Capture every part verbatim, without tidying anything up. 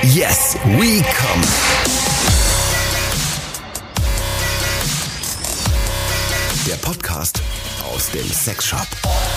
Yes, we come. Der Podcast aus dem Sexshop.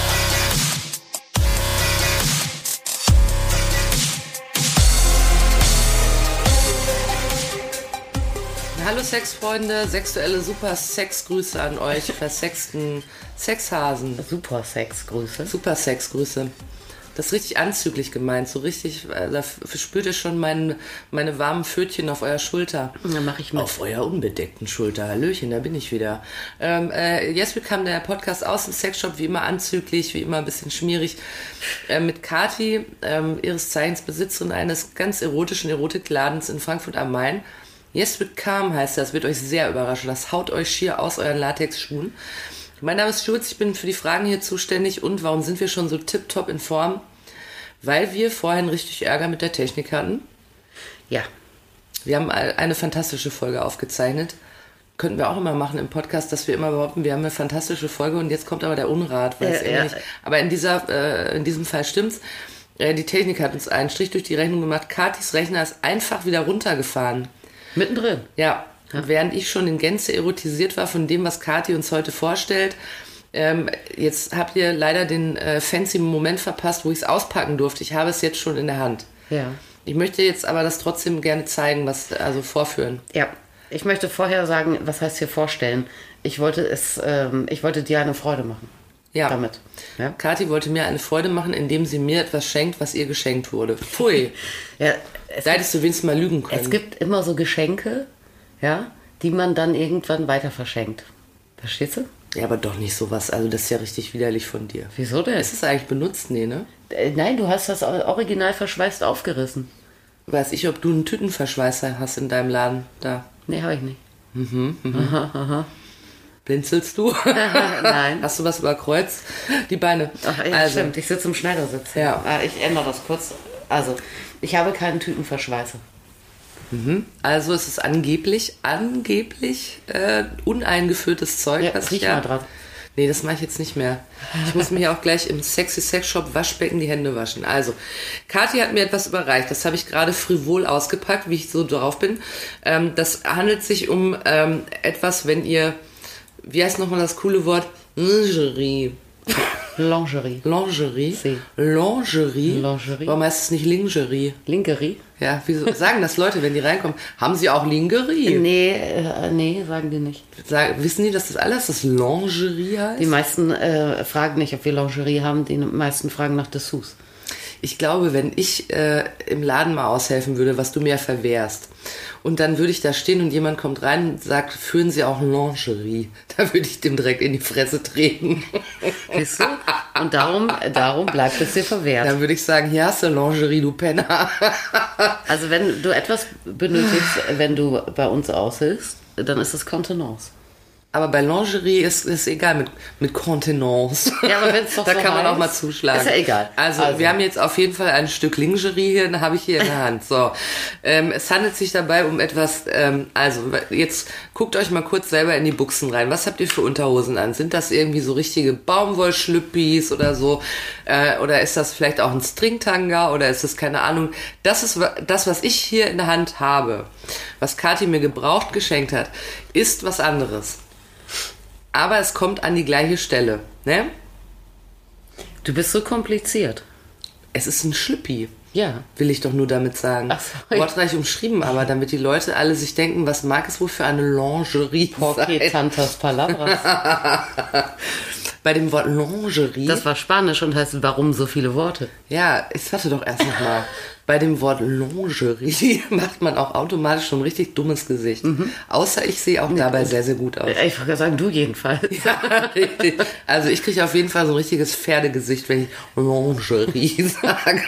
Hallo Sexfreunde, sexuelle Super-Sex-Grüße an euch, versexten Sexhasen. Super-Sex-Grüße. Super-Sex-Grüße. Das ist richtig anzüglich gemeint, so richtig, da spürt ihr schon mein, meine warmen Pfötchen auf eurer Schulter. Dann mache ich mit. Auf eurer unbedeckten Schulter. Hallöchen, da bin ich wieder. Ähm, äh, jetzt bekam der Podcast aus dem Sexshop, wie immer anzüglich, wie immer ein bisschen schmierig, äh, mit Kathi, ähm, ihres Zeichens Besitzerin eines ganz erotischen Erotikladens in Frankfurt am Main. Yes, with calm heißt das, wird euch sehr überraschen. Das haut euch schier aus euren Latexschuhen. Mein Name ist Schulz, ich bin für die Fragen hier zuständig. Und warum sind wir schon so tipptopp in Form? Weil wir vorhin richtig Ärger mit der Technik hatten. Ja. Wir haben eine fantastische Folge aufgezeichnet. Könnten wir auch immer machen im Podcast, dass wir immer behaupten, wir haben eine fantastische Folge und jetzt kommt aber der Unrat. Weil Ja, es ja. irgendwie nicht, aber in, dieser, äh, in diesem Fall stimmt's. Äh, die Technik hat uns einen Strich durch die Rechnung gemacht. Kathis Rechner ist einfach wieder runtergefahren. Mittendrin. Ja, und während ich schon in Gänze erotisiert war von dem, was Kathi uns heute vorstellt, ähm, jetzt habt ihr leider den äh, fancy Moment verpasst, wo ich es auspacken durfte. Ich habe es jetzt schon in der Hand. Ja. Ich möchte jetzt aber das trotzdem gerne zeigen, was also vorführen. Ja. Ich möchte vorher sagen, was heißt hier vorstellen? Ich wollte es, ähm, ich wollte dir eine Freude machen. Ja. Damit. Ja. Kathi wollte mir eine Freude machen, indem sie mir etwas schenkt, was ihr geschenkt wurde. Pfui. Ja, es Da hättest du wenigstens mal lügen können. Es gibt immer so Geschenke, ja, die man dann irgendwann weiter verschenkt. Verstehst du? Ja, aber doch nicht sowas. Also das ist ja richtig widerlich von dir. Wieso denn? Ist es eigentlich benutzt? Nee, ne? Äh, Nein, du hast das original verschweißt aufgerissen. Weiß ich, ob du einen Tütenverschweißer hast in deinem Laden da. Nee, habe ich nicht. Blinzelst du? Nein. Hast du was überkreuzt? Die Beine. Ach, ja, also, stimmt. Ich sitze im Schneidersitz. Ja. Ah, ich ändere das kurz. Also, ich habe keinen Tütenverschweißer. also es ist angeblich, angeblich äh, uneingeführtes Zeug. Ja, was riech ich ja, mal dran. Nee, das mache ich jetzt nicht mehr. Ich muss mir auch gleich im Sexy Sex Shop Waschbecken die Hände waschen. Also, Kathi hat mir etwas überreicht. Das habe ich gerade frivol ausgepackt, wie ich so drauf bin. Ähm, das handelt sich um ähm, etwas, wenn ihr, wie heißt nochmal das coole Wort? Lingerie. Lingerie. Lingerie? Si. Lingerie? Lingerie. Warum heißt es nicht Lingerie? Lingerie? Ja, wieso sagen das Leute, wenn die reinkommen? Haben sie auch Lingerie? Nee, äh, nee, sagen die nicht. Sagen, wissen die, dass das alles das Lingerie heißt? Die meisten äh, fragen nicht, ob wir Lingerie haben. Die meisten fragen nach Dessous. Ich glaube, wenn ich äh, im Laden mal aushelfen würde, was du mir verwehrst, und dann würde ich da stehen und jemand kommt rein und sagt, führen Sie auch Lingerie, da würde ich dem direkt in die Fresse treten. Siehst du? Und darum, darum bleibt es dir verwehrt. Dann würde ich sagen, hier hast du Lingerie, du Penner. Also wenn du etwas benötigst, wenn du bei uns aushilfst, dann ist es Kontenance. Aber bei Lingerie ist es egal, mit, mit Kontenance. Ja, aber wenn's doch da so kann man heißt, auch mal zuschlagen. ist ja egal. Also, Also. wir haben jetzt auf jeden Fall ein Stück Lingerie hier, da habe ich hier in der Hand. So, ähm, es handelt sich dabei um etwas, ähm, also jetzt guckt euch mal kurz selber in die Buchsen rein. Was habt ihr für Unterhosen an? Sind das irgendwie so richtige Baumwollschlüppis oder so? Äh, oder ist das vielleicht auch ein Stringtanga oder ist das keine Ahnung? Das ist das, was ich hier in der Hand habe, was Kathi mir gebraucht geschenkt hat, ist was anderes. Aber es kommt an die gleiche Stelle, ne? Du bist so kompliziert. Es ist ein Schlüppi, Ja. will ich doch nur damit sagen. Ach so. Wortreich umschrieben, aber damit die Leute alle sich denken, was mag es wohl für eine Lingerie Okay, sein? tantas palabras. Bei dem Wort Lingerie, Das war Spanisch und heißt, warum so viele Worte? ja, jetzt warte doch erst noch mal. Bei dem Wort Lingerie macht man auch automatisch schon ein richtig dummes Gesicht. Außer ich sehe auch dabei sehr, sehr gut aus. Ich wollte sagen, du jedenfalls. Ja, richtig. Also ich kriege auf jeden Fall so ein richtiges Pferdegesicht, wenn ich Lingerie sage.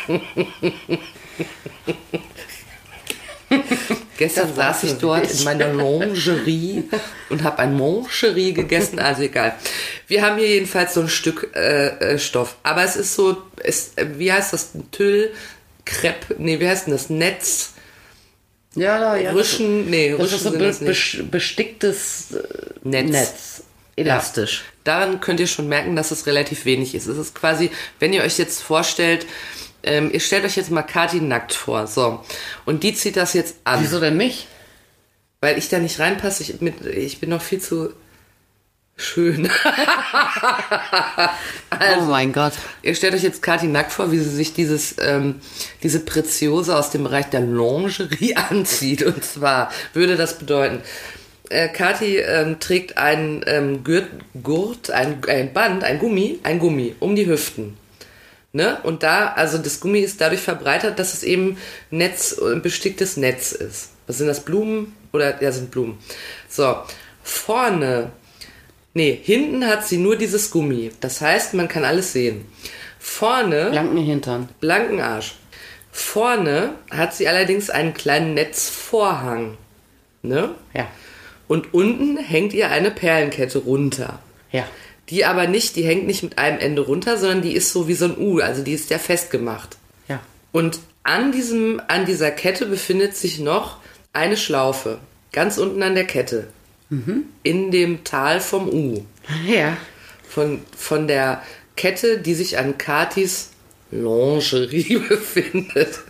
Gestern saß ich dort in meiner Lingerie und habe ein Moncherie gegessen, also egal. Wir haben hier jedenfalls so ein Stück äh, Stoff, aber es ist so, es, wie heißt das, Tüll, Crepe, nee, wie heißt denn das, Netz, Ja, ja. Rüschen, nee, Das Rüschen ist so sind be das nicht. be besticktes äh, Netz. Netz. Elastisch. Ja. Daran könnt ihr schon merken, dass es relativ wenig ist. Es ist quasi, wenn ihr euch jetzt vorstellt, ähm, ihr stellt euch jetzt mal Kathi nackt vor, so. Und die zieht das jetzt an. Wieso denn mich? Weil ich da nicht reinpasse. Ich, mit, ich bin noch viel zu schön. Also, oh mein Gott. Ihr stellt euch jetzt Kathi nackt vor, wie sie sich dieses, ähm, diese Preziose aus dem Bereich der Lingerie anzieht. Und zwar würde das bedeuten, äh, Kathi ähm, trägt ein ähm, Gurt, Gurt ein, ein Band, ein Gummi, ein Gummi um die Hüften. Ne? Und da, also das Gummi ist dadurch verbreitert, dass es eben Netz, ein besticktes Netz ist. Was sind das, Blumen? Oder, ja, sind Blumen. So, vorne, nee, hinten hat sie nur dieses Gummi. Das heißt, man kann alles sehen. Vorne, Blanken Hintern. blanken Arsch. Vorne hat sie allerdings einen kleinen Netzvorhang. Ne? Ja. Und unten hängt ihr eine Perlenkette runter. Ja. Die aber nicht, die hängt nicht mit einem Ende runter, sondern die ist so wie so ein U, also die ist ja festgemacht. Ja. Und an diesem, an dieser Kette befindet sich noch eine Schlaufe. Ganz unten an der Kette. Mhm. In dem Tal vom U. Ja. Von, von der Kette, die sich an Kathis Lingerie befindet.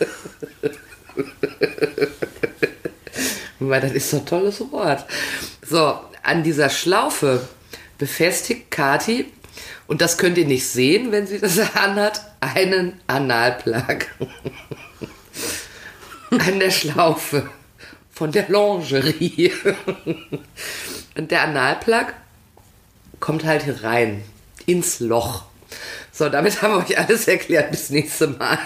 Weil das ist so ein tolles Wort. So, an dieser Schlaufe befestigt Kathi, und das könnt ihr nicht sehen, wenn sie das anhat, einen Analplug. An der Schlaufe von der Lingerie. Und der Analplug kommt halt hier rein, ins Loch. So, damit haben wir euch alles erklärt. Bis nächste Mal.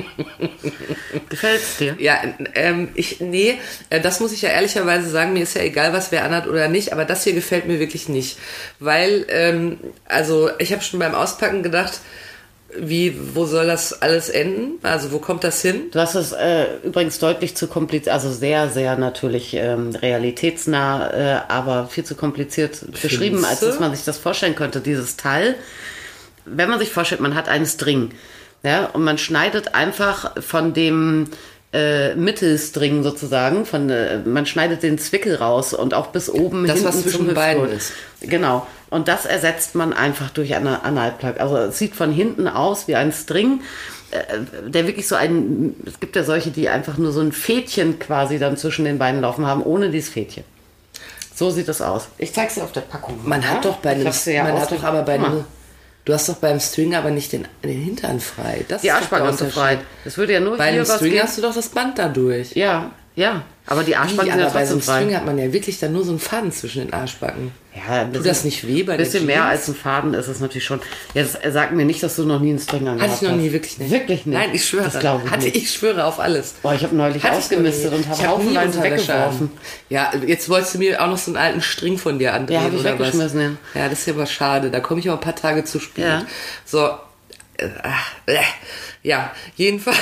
Gefällt's dir? Ja, ähm, ich, nee, äh, das muss ich ja ehrlicherweise sagen, mir ist ja egal, was wer anhat oder nicht, aber das hier gefällt mir wirklich nicht. Weil, ähm, also, ich habe schon beim Auspacken gedacht, wie, wo soll das alles enden? Also, wo kommt das hin? Du hast es äh, übrigens deutlich zu kompliziert, also sehr, sehr natürlich ähm, realitätsnah, äh, aber viel zu kompliziert beschrieben, als dass man sich das vorstellen könnte. Dieses Teil, wenn man sich vorstellt, man hat einen String, ja, und man schneidet einfach von dem äh, Mittelstring sozusagen, von, äh, man schneidet den Zwickel raus und auch bis oben das, hinten was zwischen zum beiden Hüftgurt. ist. Genau. Und das ersetzt man einfach durch einen Analplug. Also es sieht von hinten aus wie ein String, äh, der wirklich so ein, es gibt ja solche, die einfach nur so ein Fädchen quasi dann zwischen den Beinen laufen haben, ohne dieses Fädchen. So sieht das aus. Ich zeig's dir auf der Packung. Man ja? hat doch bei Ich einem, hab's dir ja man hat doch aber bei Guck mal. einem, du hast doch beim String aber nicht den, den Hintern frei. Das Die ist doch Arschbacken der hast du Unterschied. frei. Das würde ja nur Bei hier einem was String gehen. hast du doch das Band dadurch. Ja, ja. Aber die Arschbacken Wie, sind ja aber bei so trotzdem einem String frei. hat man ja wirklich dann nur so einen Faden zwischen den Arschbacken. Ja, ein Tut das nicht weh bei Ein der bisschen mehr Jeans? als ein Faden ist es natürlich schon. Jetzt sag mir nicht, dass du noch nie einen String angehabt Hatte hast. ich noch nie, wirklich nicht. Wirklich nicht? Nein, ich schwöre. Das glaube ich Hatte nicht. ich schwöre auf alles. Boah, ich habe neulich Hatte ich ausgemistet noch nie. und habe Ich hab nie haufenweise Unterwäsche an. weggeworfen. Ja, jetzt wolltest du mir auch noch so einen alten String von dir andrehen. Ja, hab ich oder weggeschmissen, was? ja. Ja, das ist ja aber schade. Da komme ich auch ein paar Tage zu spät. Ja. So. Äh, äh, ja, jedenfalls.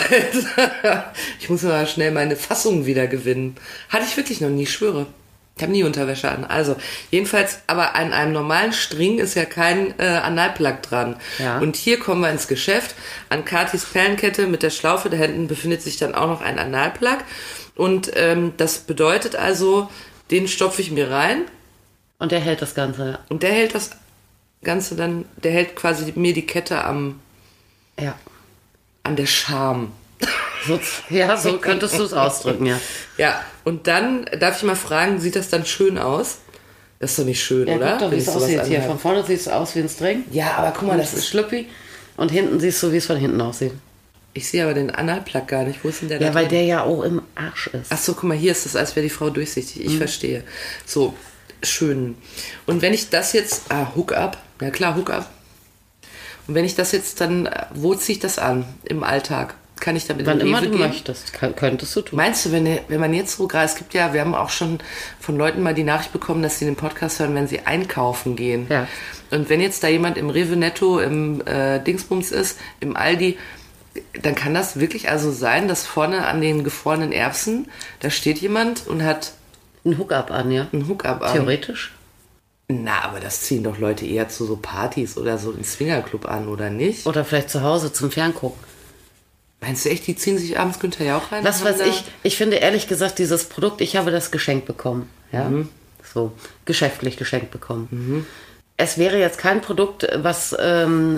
Ich muss mal schnell meine Fassung wieder gewinnen. Hatte ich wirklich noch nie, ich schwöre. Ich habe nie Unterwäsche an. Also, jedenfalls, aber an einem normalen String ist ja kein äh, Analplug dran. Ja. Und hier kommen wir ins Geschäft. An Kathis Perlenkette mit der Schlaufe da hinten befindet sich dann auch noch ein Analplug. Und ähm, das bedeutet also, den stopfe ich mir rein. Und der hält das Ganze, ja. Und der hält das Ganze dann, der hält quasi mir die Kette am, Ja. an der Scham. So, ja, so könntest du es ausdrücken, ja. Ja, und dann darf ich mal fragen, sieht das dann schön aus? Das ist doch nicht schön, Ja, oder? guck doch, wie Wenn es ich sowas aussieht hier. anhabe. Von vorne sieht es aus wie ein String. Ja, aber guck mal, Und das es ist ist. schlüppi. Und hinten siehst du, wie es von hinten aussieht. Ich sehe aber den Analplug gar nicht. Wo ist denn der Ja, da weil drin? der ja auch im Arsch ist. Ach so, guck mal, hier ist das, als wäre die Frau durchsichtig. Ich verstehe. So, schön. Und wenn ich das jetzt, ah, Hook-up, ja klar, Hook-up. Und wenn ich das jetzt dann, äh, wo ziehe ich das an im Alltag? Kann ich damit Wann in den immer Rewe du gehen? möchtest, kann, könntest du tun. Meinst du, wenn, wenn man jetzt so gerade, es gibt ja, wir haben auch schon von Leuten mal die Nachricht bekommen, dass sie den Podcast hören, wenn sie einkaufen gehen. Ja. Und wenn jetzt da jemand im Rewe Netto, im äh, Dingsbums ist, im Aldi, dann kann das wirklich also sein, dass vorne an den gefrorenen Erbsen, da steht jemand und hat Ein Hookup an, ja. einen Hookup an. Theoretisch. Na, aber das ziehen doch Leute eher zu so Partys oder so einen Swingerclub an, oder nicht? Oder vielleicht zu Hause zum Ferngucken. Meinst du echt, die ziehen sich abends Günther Jauch rein? Was und haben weiß da- ich, ich finde ehrlich gesagt, dieses Produkt, ich habe das geschenkt bekommen. Ja, so, geschäftlich geschenkt bekommen. Es wäre jetzt kein Produkt, was ähm,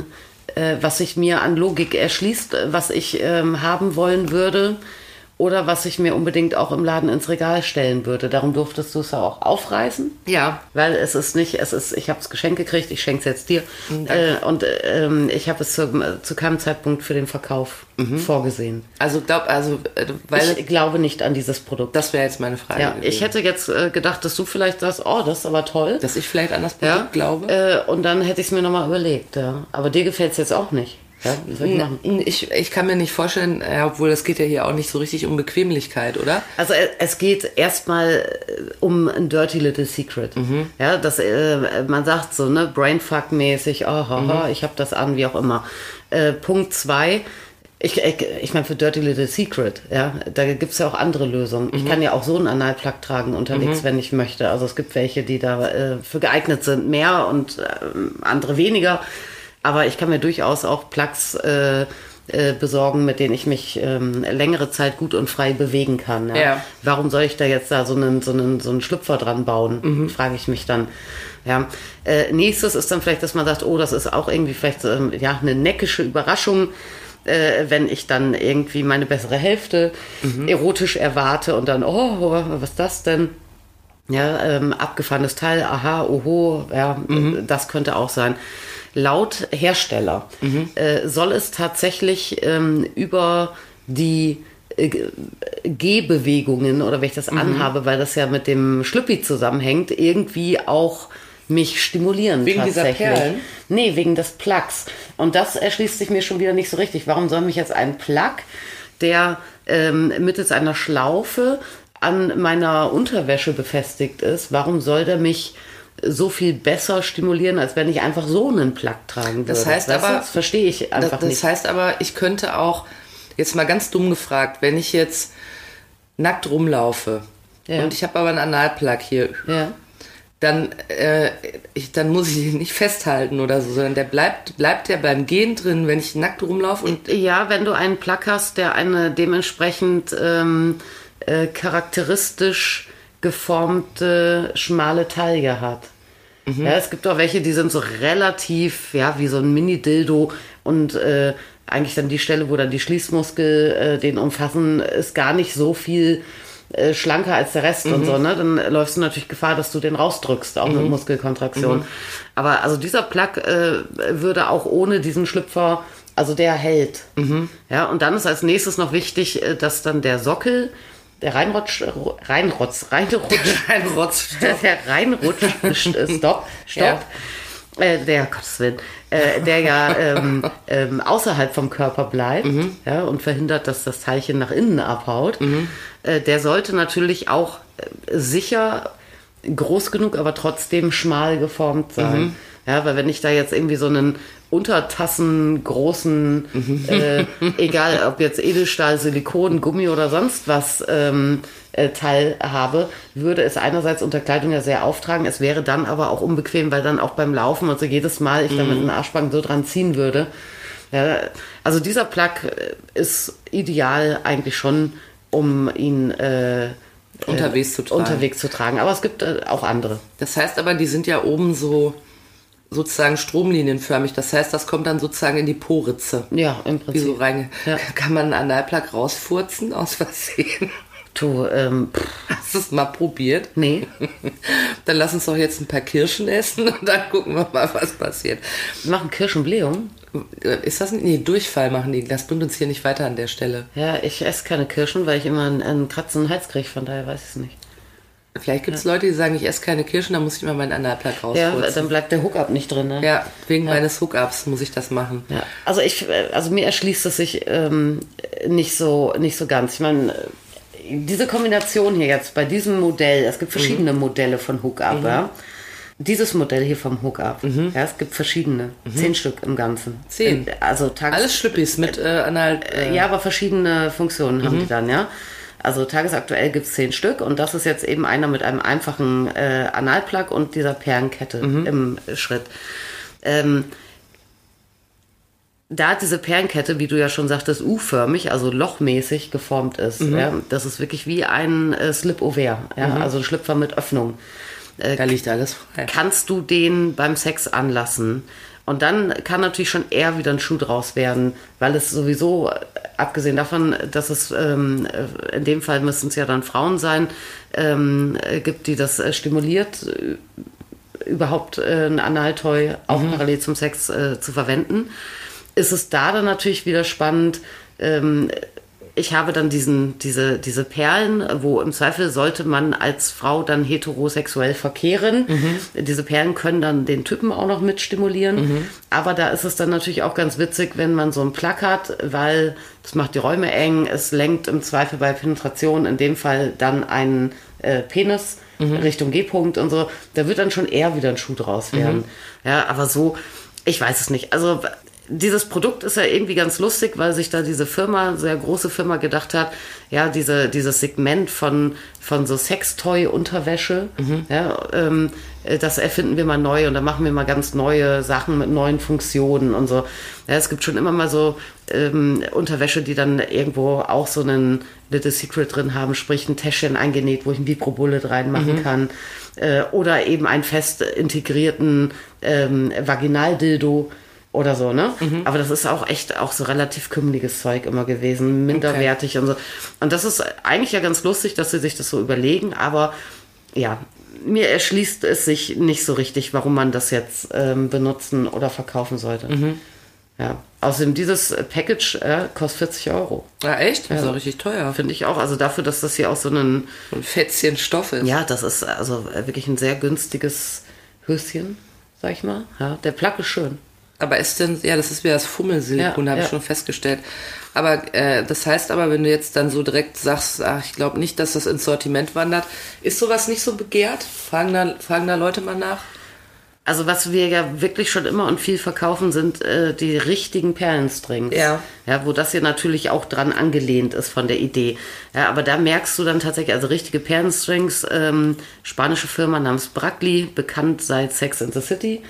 äh, was sich mir an Logik erschließt, was ich ähm, haben wollen würde oder was ich mir unbedingt auch im Laden ins Regal stellen würde. Darum durftest du es auch aufreißen. Ja. Weil es ist nicht, es ist, ich habe es geschenkt gekriegt, ich schenke es jetzt dir. Äh, und ähm, ich habe es zu, zu keinem Zeitpunkt für den Verkauf mhm. vorgesehen. Also glaub, also äh, weil ich glaube nicht an dieses Produkt. Das wäre jetzt meine Frage. Ja, ich hätte jetzt äh, gedacht, dass du vielleicht sagst, oh, das ist aber toll. Dass ich vielleicht an das Produkt ja? glaube. Äh, und dann hätte ich es mir nochmal überlegt. Ja. Aber dir gefällt es jetzt auch nicht. Ja, wie soll ich machen? Ich, ich kann mir nicht vorstellen, ja, obwohl das geht ja hier auch nicht so richtig um Bequemlichkeit, oder? Also es geht erstmal um ein Dirty Little Secret. Mhm. Ja, dass äh, man sagt so, ne, Brainfuck-mäßig, oh, oh, oh, ich habe das an, wie auch immer. Äh, Punkt zwei, ich, ich, ich meine für Dirty Little Secret, ja, da gibt es ja auch andere Lösungen. Mhm. Ich kann ja auch so einen Analplug tragen unterwegs, mhm. wenn ich möchte. Also es gibt welche, die da äh, für geeignet sind, mehr und äh, andere weniger. Aber ich kann mir durchaus auch Plugs äh, äh, besorgen, mit denen ich mich ähm, längere Zeit gut und frei bewegen kann. Ja? Ja. Warum soll ich da jetzt da so einen, so einen, so einen Schlüpfer dran bauen, mhm. frage ich mich dann. Ja. Äh, nächstes ist dann vielleicht, dass man sagt, oh, das ist auch irgendwie vielleicht ähm, ja, eine neckische Überraschung, äh, wenn ich dann irgendwie meine bessere Hälfte mhm. erotisch erwarte und dann, oh, was ist das denn? Ja, ähm, abgefahrenes Teil, aha, oho, ja, mhm. das könnte auch sein. Laut Hersteller mhm. äh, soll es tatsächlich ähm, über die äh, Gehbewegungen oder wenn ich das mhm. anhabe, weil das ja mit dem Schlüppi zusammenhängt, irgendwie auch mich stimulieren. Wegen dieser Perlen? Nee, wegen des Plugs. Und das erschließt sich mir schon wieder nicht so richtig. Warum soll mich jetzt ein Plug, der ähm, mittels einer Schlaufe an meiner Unterwäsche befestigt ist, warum soll der mich so viel besser stimulieren, als wenn ich einfach so einen Plug tragen würde? Das heißt weißt aber, du? Das verstehe ich einfach das, nicht. Das heißt aber, ich könnte auch, jetzt mal ganz dumm gefragt, wenn ich jetzt nackt rumlaufe ja. und ich habe aber einen Analplug hier, ja. dann, äh, ich, dann muss ich ihn nicht festhalten oder so, sondern der bleibt, bleibt ja beim Gehen drin, wenn ich nackt rumlaufe. Und ja, wenn du einen Plug hast, der eine dementsprechend ähm, äh, charakteristisch geformte, schmale Taille hat. Mhm. Ja, es gibt auch welche, die sind so relativ, ja, wie so ein Mini-Dildo und äh, eigentlich dann die Stelle, wo dann die Schließmuskel äh, den umfassen, ist gar nicht so viel äh, schlanker als der Rest mhm. und so, ne? Dann läufst du natürlich Gefahr, dass du den rausdrückst, auch mhm. mit Muskelkontraktion. Mhm. Aber also dieser Plug äh, würde auch ohne diesen Schlüpfer, also der hält. Mhm. Ja, und dann ist als nächstes noch wichtig, dass dann der Sockel Der Reinrutsch, Reinrotz, Reinrutsch, Reinrotz, der Reinrutsch, stopp, stopp, ja. äh, der, Gottes Willen, äh, der ja ähm, ähm, außerhalb vom Körper bleibt mhm. ja, und verhindert, dass das Teilchen nach innen abhaut, mhm. äh, der sollte natürlich auch äh, sicher groß genug, aber trotzdem schmal geformt sein. Mhm. Ja, weil wenn ich da jetzt irgendwie so einen Untertassen großen, mhm. äh, egal ob jetzt Edelstahl, Silikon, Gummi oder sonst was ähm, äh, Teil habe, würde es einerseits unter Kleidung ja sehr auftragen, es wäre dann aber auch unbequem, weil dann auch beim Laufen, also jedes Mal ich mhm. dann mit einem Arschbacken so dran ziehen würde. Ja, also dieser Plug ist ideal eigentlich schon, um ihn äh, unterwegs zu tragen. Unterwegs zu tragen. Aber es gibt äh, auch andere. Das heißt aber, die sind ja oben so sozusagen stromlinienförmig. Das heißt, das kommt dann sozusagen in die Po-Ritze. Ja, im Prinzip. Wie so rein. Ja. Kann man einen Analplug rausfurzen aus Versehen? Du, ähm, pff. Hast du es mal probiert? Nee. Dann lass uns doch jetzt ein paar Kirschen essen und dann gucken wir mal, was passiert. Machen Kirschenblähung? Ist das nicht? Nee, Durchfall machen die. Das bringt uns hier nicht weiter an der Stelle. Ja, ich esse keine Kirschen, weil ich immer einen, einen kratzenden Hals kriege, von daher weiß ich es nicht. Vielleicht gibt es ja. Leute, die sagen, ich esse keine Kirschen, dann muss ich mal meinen Analplug rausfurzen. Ja, dann bleibt der Hookup nicht drin, ne? Ja, wegen ja. meines Hookups muss ich das machen. Ja, also ich, also mir erschließt es sich ähm, nicht so, nicht so ganz. Ich meine, diese Kombination hier jetzt bei diesem Modell, es gibt verschiedene mhm. Modelle von Hookup, mhm. ja. Dieses Modell hier vom Hookup, mhm. ja, es gibt verschiedene, mhm. zehn Stück im Ganzen. Zehn? Also Tages- Alles Schlüppis mit äh, Anal... Äh ja, aber verschiedene Funktionen mhm. haben die dann, ja. Also tagesaktuell gibt es zehn Stück und das ist jetzt eben einer mit einem einfachen äh, Analplug und dieser Perlenkette mhm. im Schritt. Ähm, da diese Perlenkette, wie du ja schon sagtest, U-förmig, also lochmäßig geformt ist, mhm. ja, das ist wirklich wie ein äh, Slip-Over, ja, mhm. also ein Schlüpfer mit Öffnung. Äh, da liegt alles frei. Kannst du den beim Sex anlassen Und dann kann natürlich schon eher wieder ein Schuh draus werden, weil es sowieso, abgesehen davon, dass es ähm, in dem Fall müssen es ja dann Frauen sein, ähm, gibt, die das äh, stimuliert, äh, überhaupt äh, ein Analtoy auch mhm. parallel zum Sex äh, zu verwenden, ist es da dann natürlich wieder spannend. Ähm, ich habe dann diesen, diese, diese Perlen, wo im Zweifel sollte man als Frau dann heterosexuell verkehren. Mhm. Diese Perlen können dann den Typen auch noch mit stimulieren. Mhm. Aber da ist es dann natürlich auch ganz witzig, wenn man so einen Plug hat, weil das macht die Räume eng. Es lenkt im Zweifel bei Penetration in dem Fall dann einen äh, Penis mhm. Richtung G-Punkt und so. Da wird dann schon eher wieder ein Schuh draus werden. Mhm. Ja, aber so, ich weiß es nicht. Also dieses Produkt ist ja irgendwie ganz lustig, weil sich da diese Firma, sehr große Firma, gedacht hat, ja, diese, dieses Segment von, von so Sextoy-Unterwäsche, mhm. ja, ähm, das erfinden wir mal neu und da machen wir mal ganz neue Sachen mit neuen Funktionen und so. Ja, es gibt schon immer mal so ähm, Unterwäsche, die dann irgendwo auch so einen Little Secret drin haben, sprich ein Täschchen eingenäht, wo ich ein Vibrobullet reinmachen mhm. kann. Äh, oder eben einen fest integrierten ähm, Vaginaldildo oder so, ne? Mhm. Aber das ist auch echt auch so relativ kümmeliges Zeug immer gewesen, minderwertig okay. und so. Und das ist eigentlich ja ganz lustig, dass sie sich das so überlegen, aber ja, mir erschließt es sich nicht so richtig, warum man das jetzt ähm, benutzen oder verkaufen sollte. Mhm. Ja. Außerdem, dieses Package äh, kostet vierzig Euro. Ja, echt? Das ja. ist auch richtig teuer. Finde ich auch. Also dafür, dass das hier auch so ein... So ein Fetzchen Stoff ist. Ja, das ist also wirklich ein sehr günstiges Höschen, sag ich mal. Ja, der Plug ist schön. Aber ist denn, ja, das ist wieder das Fummelsilikon, ja, habe ja. ich schon festgestellt. Aber äh, das heißt aber, wenn du jetzt dann so direkt sagst, ach, ich glaube nicht, dass das ins Sortiment wandert, ist sowas nicht so begehrt? Fragen da, fragen da Leute mal nach? Also was wir ja wirklich schon immer und viel verkaufen, sind äh, die richtigen Perlenstrings. Ja. Ja, wo das hier natürlich auch dran angelehnt ist von der Idee. Ja, aber da merkst du dann tatsächlich, also richtige Perlenstrings, ähm, spanische Firma namens Brackley, bekannt seit Sex and the City.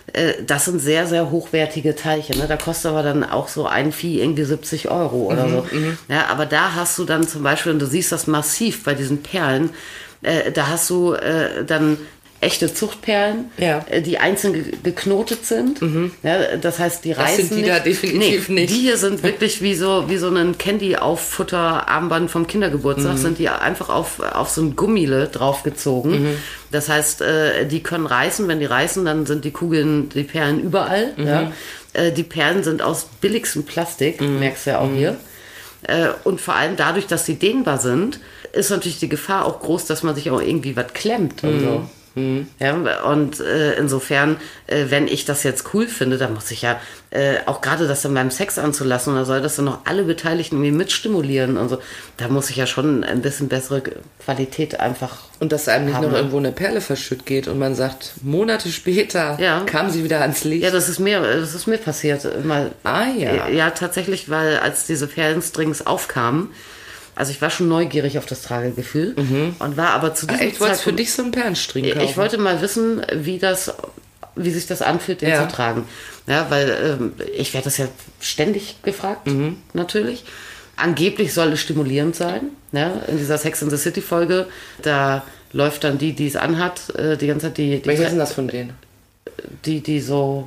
Das sind sehr, sehr hochwertige Teilchen. Ne? Da kostet aber dann auch so ein Vieh irgendwie siebzig Euro oder mhm, so. Mhm. Ja, aber da hast du dann zum Beispiel, und du siehst das massiv bei diesen Perlen, äh, da hast du äh, dann echte Zuchtperlen, ja. äh, die einzeln ge- geknotet sind. Mhm. Ja, das heißt, die das reißen sind die nicht. da definitiv nee, nicht. Die hier sind wirklich wie so, wie so ein Candy-Auffutter-Armband vom Kindergeburtstag, mhm. sind die einfach auf, auf so ein Gummile draufgezogen. Mhm. Das heißt, äh, die können reißen. Wenn die reißen, dann sind die Kugeln, die Perlen überall. Mhm. Ja. Äh, die Perlen sind aus billigstem Plastik, mhm. merkst du ja auch mhm. hier. Äh, und vor allem dadurch, dass sie dehnbar sind, ist natürlich die Gefahr auch groß, dass man sich auch irgendwie was klemmt und mhm. so. Mhm. Ja, und äh, insofern, äh, wenn ich das jetzt cool finde, dann muss ich ja äh, auch gerade das dann beim Sex anzulassen, oder soll das dann noch alle Beteiligten irgendwie mitstimulieren und so, da muss ich ja schon ein bisschen bessere Qualität einfach und dass einem nicht haben. noch irgendwo eine Perle verschütt geht und man sagt, Monate später ja. kam sie wieder ans Licht. Ja, das ist mir, das ist mir passiert. Mal, ah ja. Äh, ja, tatsächlich, weil als diese Perlenstrings aufkamen, also ich war schon neugierig auf das Tragegefühl mhm. und war aber zu diesem Echt, Zeitpunkt... Echt, für dich so einen Perlenstring kaufen? Ich wollte mal wissen, wie das, wie sich das anfühlt, den ja. zu tragen. Ja, weil ähm, ich werde das ja ständig gefragt, mhm. natürlich. Angeblich soll es stimulierend sein. Ja, in dieser Sex and the City Folge, da läuft dann die, die es anhat, äh, die ganze Zeit die... die Welche ist denn das von denen? Die, die so...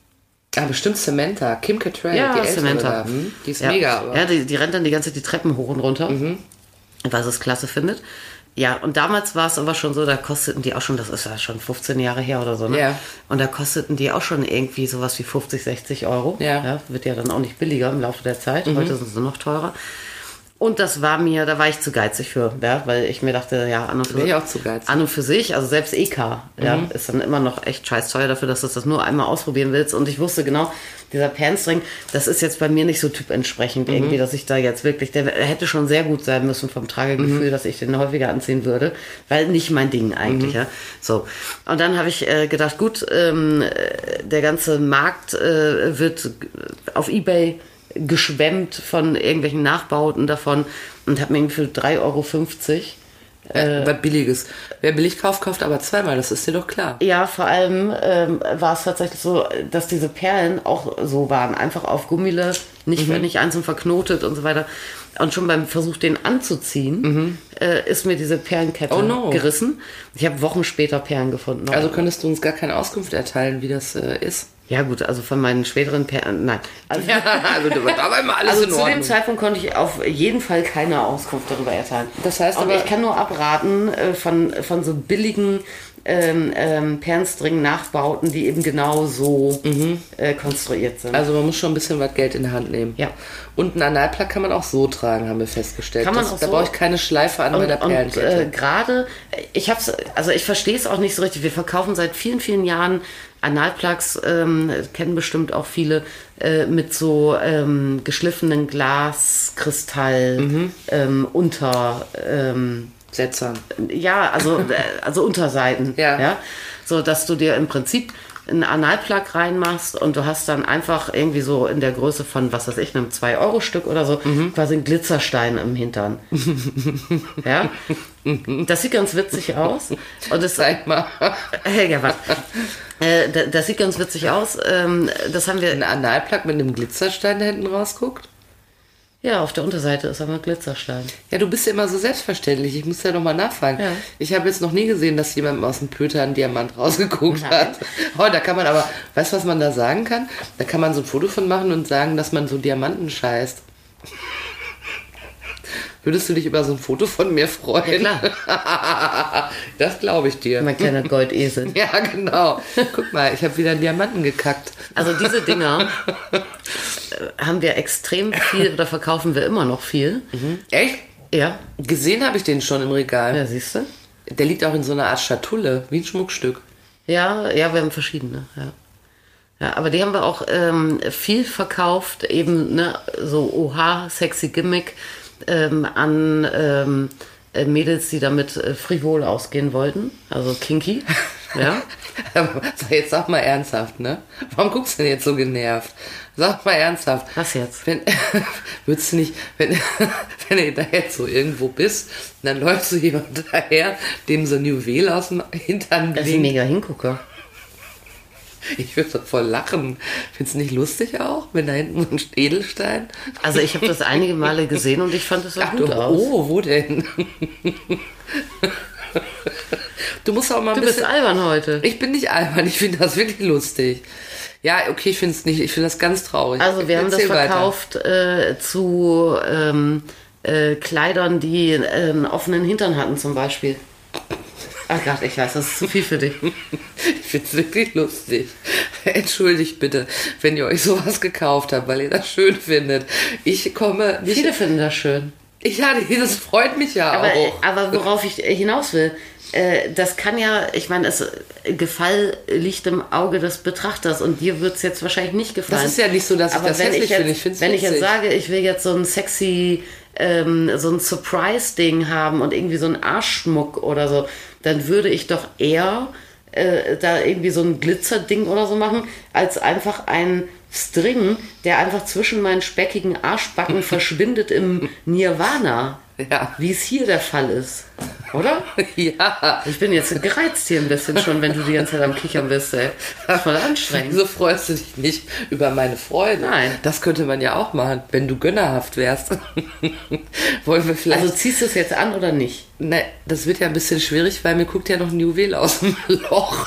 Ah, bestimmt Samantha, Kim Cattrall, ja, die Samantha. Hm? Die ist ja. mega. Aber. Ja, die, die rennt dann die ganze Zeit die Treppen hoch und runter, mhm. weil sie es klasse findet. Ja, und damals war es aber schon so, da kosteten die auch schon, das ist ja schon fünfzehn Jahre her oder so, ne? Ja. Und da kosteten die auch schon irgendwie sowas wie fünfzig, sechzig Euro. Ja. Ja, wird ja dann auch nicht billiger im Laufe der Zeit. Mhm. Heute sind sie noch teurer. Und das war mir, da war ich zu geizig für, ja, weil ich mir dachte, ja, an und für, ich auch zu geizig. An und für sich, also selbst E K, mhm. ja, ist dann immer noch echt scheiß teuer dafür, dass du das nur einmal ausprobieren willst. Und ich wusste genau, dieser Perlenstring, das ist jetzt bei mir nicht so typentsprechend mhm. irgendwie, dass ich da jetzt wirklich, der hätte schon sehr gut sein müssen vom Tragegefühl, mhm. dass ich den häufiger anziehen würde, weil nicht mein Ding eigentlich, mhm. ja. So. Und dann habe ich äh, gedacht, gut, ähm, der ganze Markt äh, wird auf eBay geschwemmt von irgendwelchen Nachbauten davon und habe mir irgendwie für drei Euro fünfzig äh, was Billiges. Wer billig kauft, kauft aber zweimal, das ist dir doch klar. Ja, vor allem ähm, war es tatsächlich so, dass diese Perlen auch so waren, einfach auf Gummile, nicht, mhm. nicht einzeln verknotet und so weiter. Und schon beim Versuch, den anzuziehen, mhm. äh, ist mir diese Perlenkette oh no. gerissen. Ich habe Wochen später Perlen gefunden. Also könntest du uns gar keine Auskunft erteilen, wie das äh, ist? Ja gut, also von meinen späteren Perlen, nein. Also, Ja, also da war immer alles also in zu Ordnung. dem Zeitpunkt konnte ich auf jeden Fall keine Auskunft darüber erteilen. Das heißt aber, aber- ich kann nur abraten äh, von, von so billigen ähm, ähm, Perlenstring-Nachbauten, die eben genau so äh, konstruiert sind. Also man muss schon ein bisschen was Geld in die Hand nehmen. Ja. Und einen Analplug kann man auch so tragen, haben wir festgestellt. Kann man das, auch da so. brauche ich keine Schleife an Und, bei der und Perlenkette. äh, gerade, ich hab's, also ich verstehe es auch nicht so richtig. Wir verkaufen seit vielen, vielen Jahren Analplugs, ähm, kennen bestimmt auch viele, äh, mit so ähm, geschliffenen Glaskristall Mhm. ähm, unter, ähm, Setzern. ja, also, äh, also Unterseiten. Ja. Ja. So, dass du dir im Prinzip einen Analplug reinmachst und du hast dann einfach irgendwie so in der Größe von, was weiß ich, einem zwei Euro Stück oder so, Mhm. quasi einen Glitzerstein im Hintern. Ja. Das sieht ganz witzig aus. Und es, Zeig mal. Hey, ja, warte. Äh, da- das sieht ganz witzig aus. Ähm, das haben wir, Ein Analplug mit einem Glitzerstein da hinten rausguckt. ja, auf der Unterseite ist aber ein Glitzerstein. Ja, du bist ja immer so selbstverständlich. Ich muss ja nochmal nachfragen. Ja. Ich habe jetzt noch nie gesehen, dass jemand aus dem Pöter einen Diamant rausgeguckt Nein. hat. Oh, da kann man aber, weißt du, was man da sagen kann? Da kann man so ein Foto von machen und sagen, dass man so Diamanten scheißt. Würdest du dich über so ein Foto von mir freuen? Ja, klar. Das glaube ich dir. Mein kleiner Goldesel. Ja, genau. Guck mal, ich habe wieder einen Diamanten gekackt. Also diese Dinger äh, haben wir extrem viel oder verkaufen wir immer noch viel. Echt? Ja. Gesehen habe ich den schon im Regal. Ja, siehst du? Der liegt auch in so einer Art Schatulle, wie ein Schmuckstück. Ja, ja, wir haben verschiedene, ja. Ja, aber die haben wir auch ähm, viel verkauft, eben ne, so oha, sexy Gimmick ähm, an ähm, äh, Mädels, die damit äh, frivol ausgehen wollten, also kinky, ja. So, jetzt sag mal ernsthaft, ne? Warum guckst du denn jetzt so genervt? Sag mal ernsthaft. Was jetzt? Wenn, würdest du nicht, wenn, wenn du da jetzt so irgendwo bist, und dann läuft so jemand daher, dem so ein Juwel aus dem Hintern Das ist ein blinkt. mega Hingucker. Ich würde doch voll lachen. Findest du nicht lustig auch, wenn da hinten so ein Edelstein? Also ich habe das einige Male gesehen und ich fand das sah Ach, gut du, aus. oh, wo denn? Du musst auch mal ein Du bisschen... bist albern heute. Ich bin nicht albern, ich finde das wirklich lustig. Ja, okay, ich finde es nicht, ich finde das ganz traurig. Also wir haben das Erzähl weiter. verkauft äh, zu ähm, äh, Kleidern, die äh, einen offenen Hintern hatten zum Beispiel. Ach Gott, ich weiß, das ist zu viel für dich. Ich finde es wirklich lustig. Entschuldigt bitte, wenn ihr euch sowas gekauft habt, weil ihr das schön findet. Ich komme nicht... Viele finden das schön. Ja, das freut mich ja Aber, auch. aber worauf ich hinaus will, äh, das kann ja, ich meine, es Gefall liegt im Auge des Betrachters und dir wird es jetzt wahrscheinlich nicht gefallen. Das ist ja nicht so, dass ich aber das wenn hässlich ich jetzt, finde. Ich finde es Wenn ich witzig. jetzt sage, ich will jetzt so ein sexy, ähm, so ein Surprise-Ding haben und irgendwie so ein Arschschmuck oder so, dann würde ich doch eher äh, da irgendwie so ein Glitzerding oder so machen, als einfach ein String, der einfach zwischen meinen speckigen Arschbacken verschwindet im Nirvana. Ja. Wie es hier der Fall ist. Oder? Ja. Ich bin jetzt gereizt hier ein bisschen schon, wenn du die ganze Zeit am Kichern bist, ey. Das ist voll anstrengend. Wieso freust du dich nicht über meine Freude? Nein. Das könnte man ja auch machen, wenn du gönnerhaft wärst. Wollen wir vielleicht... Also ziehst du es jetzt an oder nicht? Ne, das wird ja ein bisschen schwierig, weil mir guckt ja noch ein Juwel aus dem Loch.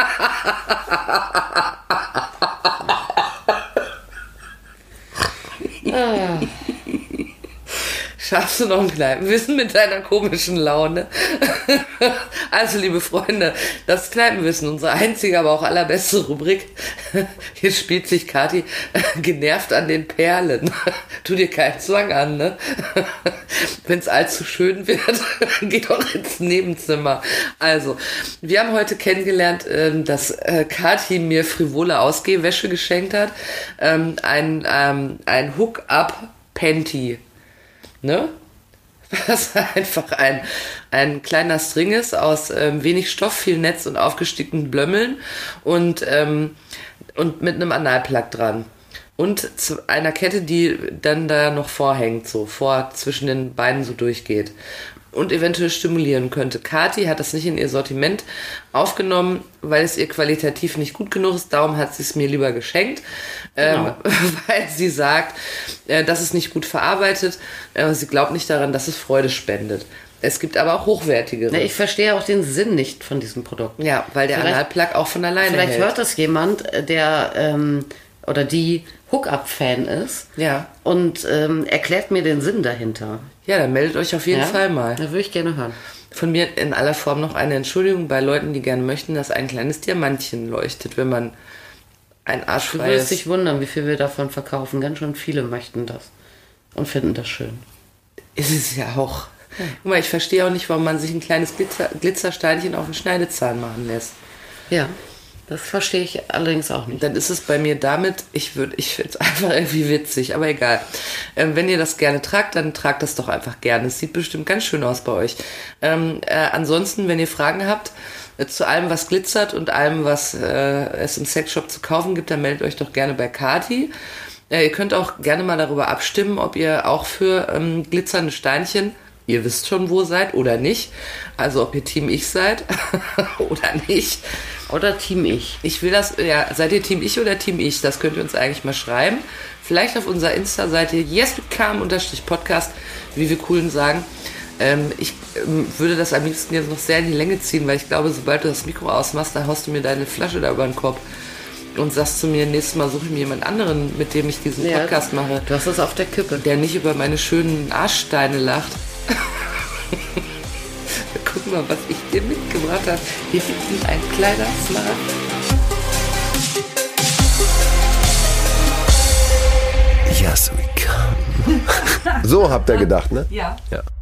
Ah. Schaffst du noch ein Kneipenwissen mit deiner komischen Laune? Also, liebe Freunde, das Kneipenwissen, unsere einzige, aber auch allerbeste Rubrik. Hier spielt sich Kathi genervt an den Perlen. Tu dir keinen Zwang an, ne? Wenn es allzu schön wird, geh doch ins Nebenzimmer. Also, wir haben heute kennengelernt, dass Kathi mir frivole Ausgehwäsche geschenkt hat. Ein, ein Hook-Up-Panty. Ne? Was einfach ein, ein kleiner String ist aus ähm, wenig Stoff, viel Netz und aufgestickten Blömmeln und, ähm, und mit einem Analplug dran. Und zu einer Kette, die dann da noch vorhängt, so vor zwischen den Beinen so durchgeht. Und eventuell stimulieren könnte. Kathi hat das nicht in ihr Sortiment aufgenommen, weil es ihr qualitativ nicht gut genug ist. Darum hat sie es mir lieber geschenkt, Genau. ähm, weil sie sagt, äh, das ist nicht gut verarbeitet. Äh, sie glaubt nicht daran, dass es Freude spendet. Es gibt aber auch hochwertigere. Na, ich verstehe auch den Sinn nicht von diesem Produkt. Ja, weil der Vielleicht- Analplug auch von alleine Vielleicht hält. hört das jemand, der ähm, oder die Hookup-Fan ist Ja. und ähm, erklärt mir den Sinn dahinter. Ja, dann meldet euch auf jeden Ja? Fall mal. Da würde ich gerne hören. Von mir in aller Form noch eine Entschuldigung bei Leuten, die gerne möchten, dass ein kleines Diamantchen leuchtet, wenn man ein Du arschfreies... würdest dich wundern, wie viel wir davon verkaufen. Ganz schön viele möchten das und finden das schön. Ist es ja auch. Guck mal, ich verstehe auch nicht, warum man sich ein kleines Glitzer, Glitzersteinchen auf den Schneidezahn machen lässt. Ja, das verstehe ich allerdings auch nicht. Dann ist es bei mir damit, ich würde, ich finde es einfach irgendwie witzig, aber egal. Ähm, wenn ihr das gerne tragt, dann tragt das doch einfach gerne. Es sieht bestimmt ganz schön aus bei euch. Ähm, äh, ansonsten, wenn ihr Fragen habt äh, zu allem, was glitzert und allem, was äh, es im Sexshop zu kaufen gibt, dann meldet euch doch gerne bei Kati. Äh, ihr könnt auch gerne mal darüber abstimmen, ob ihr auch für ähm, glitzernde Steinchen, ihr wisst schon, wo seid oder nicht. Also ob ihr Team Ich seid oder nicht. Oder Team Ich. Ich will das, ja, seid ihr Team Ich oder Team Ich? Das könnt ihr uns eigentlich mal schreiben. Vielleicht auf unserer Insta-Seite yeswecome-podcast, wie wir coolen sagen. Ähm, ich ähm, würde das am liebsten jetzt noch sehr in die Länge ziehen, weil ich glaube, sobald du das Mikro ausmachst, dann haust du mir deine Flasche da über den Kopf und sagst zu mir, nächstes Mal suche ich mir jemand anderen, mit dem ich diesen Ja, Podcast mache, Du hast es auf der Kippe. der nicht über meine schönen Arschsteine lacht. Guck mal, was ich dir mitgebracht habe. Hier liegt ein kleiner Smart. Yes, we come. So habt ihr gedacht, ne? Ja. Ja.